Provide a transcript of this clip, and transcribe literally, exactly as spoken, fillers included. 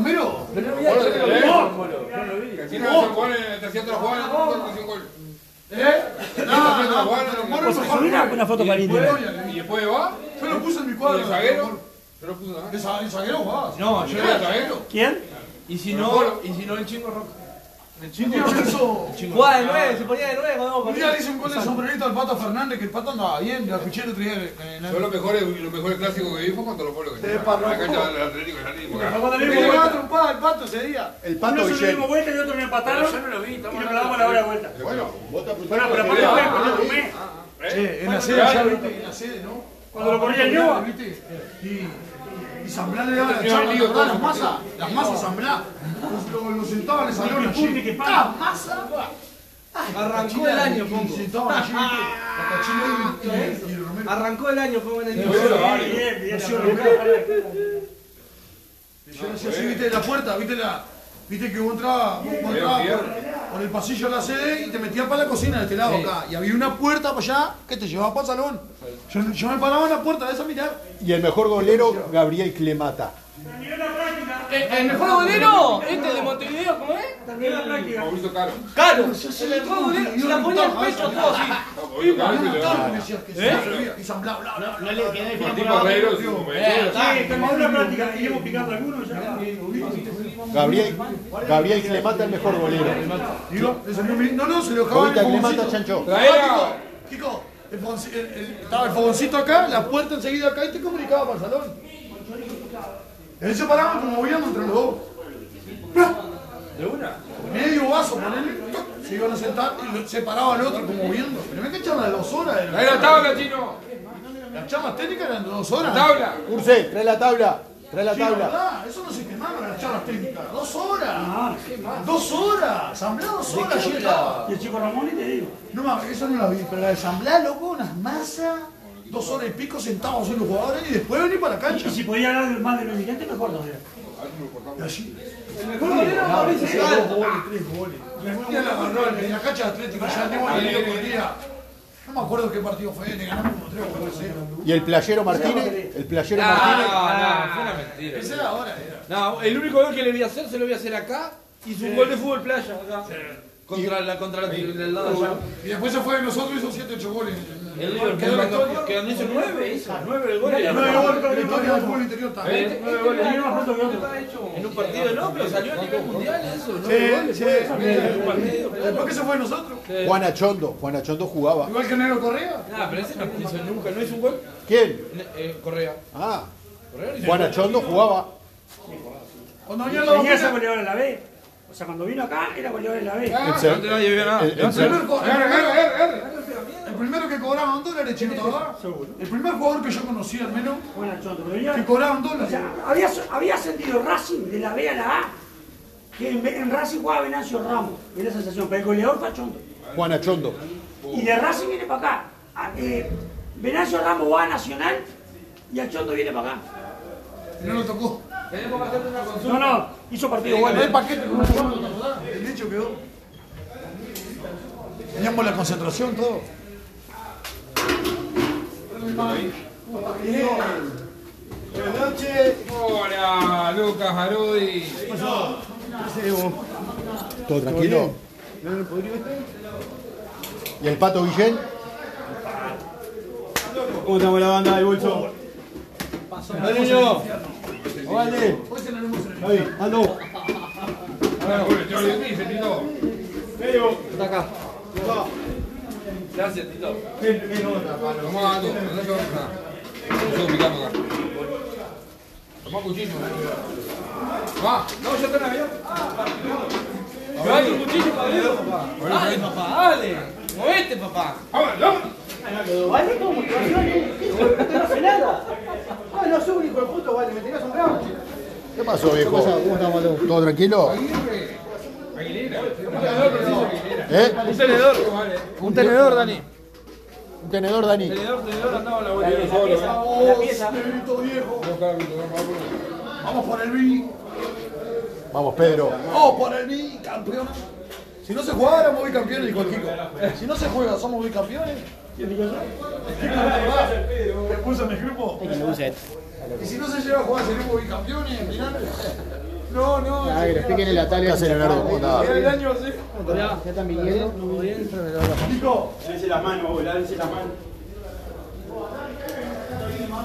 Romero? Pero no vi, yo no lo vi, Romero. Yo no lo vi. Si no, se pone, te hacía otra jugada, te hacía un gol. ¿Eh? No, no, Pues subí una, una foto para el internet. Y después va. Yo lo puse en mi ¿Y cuadro. el zaguero? Yo lo puse también. ¿El za- el zaguero jugaba? No, yo ¿Era el zaguero? ¿Quién? Y si no, y si no el chingo rojo. El Un día me hizo... Jugaba de nueve, se ponía de nueve cuando Un día le hice un gol de sombrerito al Pato Fernández, que el Pato andaba bien, lo escuché el otro día en Yo los mejores, los mejores clásicos que vi fue contra los pueblos que estaban. La cancha del Atlético de Jalisco. Me iba a trompar el Pato ese día. El Uno Pato se lo Guillén. dimos vuelta y el otro me empataron. Yo no lo vi, Y estamos nos hablando clavamos la hora de vuelta. Bueno, vos te Bueno, pero apuntaste. aparte fue cuando lo tomé. Eh, en la sede allá, viste, en la sede, ¿no? Cuando lo corría el Ñoa. ¿Viste? Y, y Zamblá le daba la charla, ¿te acordás? Las masas, las masas Zamblá. Lo, lo sentaban en el salón allí. ¡Ah, masa! Arrancó el año, pongo. Y sentaban allí, ¿viste? La Cachila y, y, y el Romero. Arrancó el año, pongo en el Bien, bien, bien. Yo le decía así, ¿viste? La puerta, ¿viste? La, ¿viste que vos entrabas, vos entrabas por, por el pasillo de la sede y te metías para la cocina de este lado acá? Y había una puerta para allá que te llevaba para el salón. Yo, yo me paraba en la puerta de esa mirar. Y el mejor golero, Gabriel Clemata. El mejor golero, este de Montevideo, ¿cómo es? También la práctica. Mauricio Caro. Caro, el mejor golero, se la ponía al pecho todo así. Mauricio Caro y le Y Zamblá, bla, bla, bla. No le quedé bien Martín por la Barreiro, boca. su compañero. Sí, terminó la práctica. Iremos picando algunos ya. Gabriel, Gabriel Clemata, el mejor golero. Digo, le salió mi- no, no, se lo dejaba el Ahorita Clemata, fogoncito. Chancho. Traera. Kiko, el fogonci- el- el- estaba el fogoncito acá, la puerta enseguida acá y te comunicaba para el salón. Él se paraba como viendo entre los dos. ¿De una? Medio vaso, ponele, se iban a sentar y lo- se paraba el otro como viendo. Pero me que charla de dos horas. Trae la tabla, chino. Las charlas técnicas eran de dos horas. La tabla. Urce, trae la tabla. Trae la Sí, tabla. ¿verdad? Eso no se quemaba las charlas técnicas. Dos horas. Dos horas. Asamblea dos horas. Allí estaba. Y el chico Ramón, y te digo. No mames, esa no la vi, pero la de asamblea, loco, unas masas, dos horas y pico sentados en los jugadores y después venir para la cancha. Y si podía hablar más de los dirigentes, mejor todavía. Y allí. El mejor golero, Mauricio Hacía Caro. dos goles, tres goles. Y la agarró en la cancha de Atlético, ya no día. No me acuerdo qué partido fue, le ganamos como tres goles. Y el playero Martínez. El playero Martínez. No, no, fue una mentira. Ese era ahora, era. No, el único gol que le voy a hacer se lo voy a hacer acá y su gol de fútbol playa acá. Contra la contra la del lado allá. Y después se fue de nosotros y hizo siete, ocho goles. El Liverpool Quedó la cuando, historia. que cuando hizo nueve, hizo nueve goles. Nueve goles, la historia del fútbol interior también. Este- Nueve goles, y más pronto que otro. En un partido no, pero salió a nivel mundial eso. Nueve goles, Sí, pues, sí. en un partido. Después que se fue de nosotros. Juan Achondo. Juan Achondo jugaba. Igual que Negro Correa. Nah, pero ese no hizo nunca, no hizo un gol. ¿Quién? Eh, Correa. Ah, Correa no hizo Juan Achondo jugaba. Cuando venía la Venía a ser vacuna, goleador en la B. O sea, cuando vino acá, era goleador en la B. El No ser- te nadie vio nada. el- el el ser- primer co- el Agarra, primero- agarra, agarra, agarra. el primero que cobraba un dólar era Chino, ¿verdad? El primer jugador que yo conocí, al menos, Bueno, Chondo, pero venía. que cobraba un O dólar. sea, había, había ascendido Racing de la B a la A, que en, en Racing jugaba Venancio Ramos, y la sensación, pero el goleador fue Chondo. Juan Achondo. Y de Racing viene para acá. A- eh, Venancio Ramos va a Nacional y Achondo viene para acá. Y no lo tocó. Tenemos que hacerte una consulta. No, no, hizo partido Ganó bueno. el paquete con un jugador, ¿te acordás? El hecho quedó. Teníamos la concentración, todo. Buenas noches. Hola, Lucas Arudi. ¿Todo tranquilo? ¿Y el Pato Guillén? ¿Cómo estamos la banda de bolso? Dale, niño. Vale. Ahí, ando. Yo le dije, Tito. Está acá. Gracias, Tito. Tomá, Ando. No se va a nada. Nosotros picando acá. Tomá cuchillo. Va. No, yo estoy en avión. Dale un cuchillo para Dios, papá. Dale, papá, dale. Movete, papá. Vamos, vamos. Vale, como motivaciones. No hace nada. Ah, no soy un hijo de puto, vale, me tirás un gramo. ¿Qué pasó, viejo? ¿Cómo estamos, Mateo? ¿Todo tranquilo? Aguilera. ¿Eh? Un tenedor. Un tenedor, Dani. Un tenedor, Dani. Tenedor, tenedor, andaba en la vuelta. La pieza. Negrito viejo. Vamos por el B. Vamos, Pedro. Vamos por el B, campeón. Si no se juega, éramos bicampeones, dijo el Kiko. Si no se juega, somos bicampeones. ¿Y el Kiko no te puso en el grupo? Y si no se llega a jugar, seremos bicampeones, mirá. No, no. Ah, que le expliquen el atalio. ¿Qué hace Leonardo? ¿Cómo está? Era el año así. Ya están viniendo. ¿Todo bien? Lávense las manos, lávense las manos.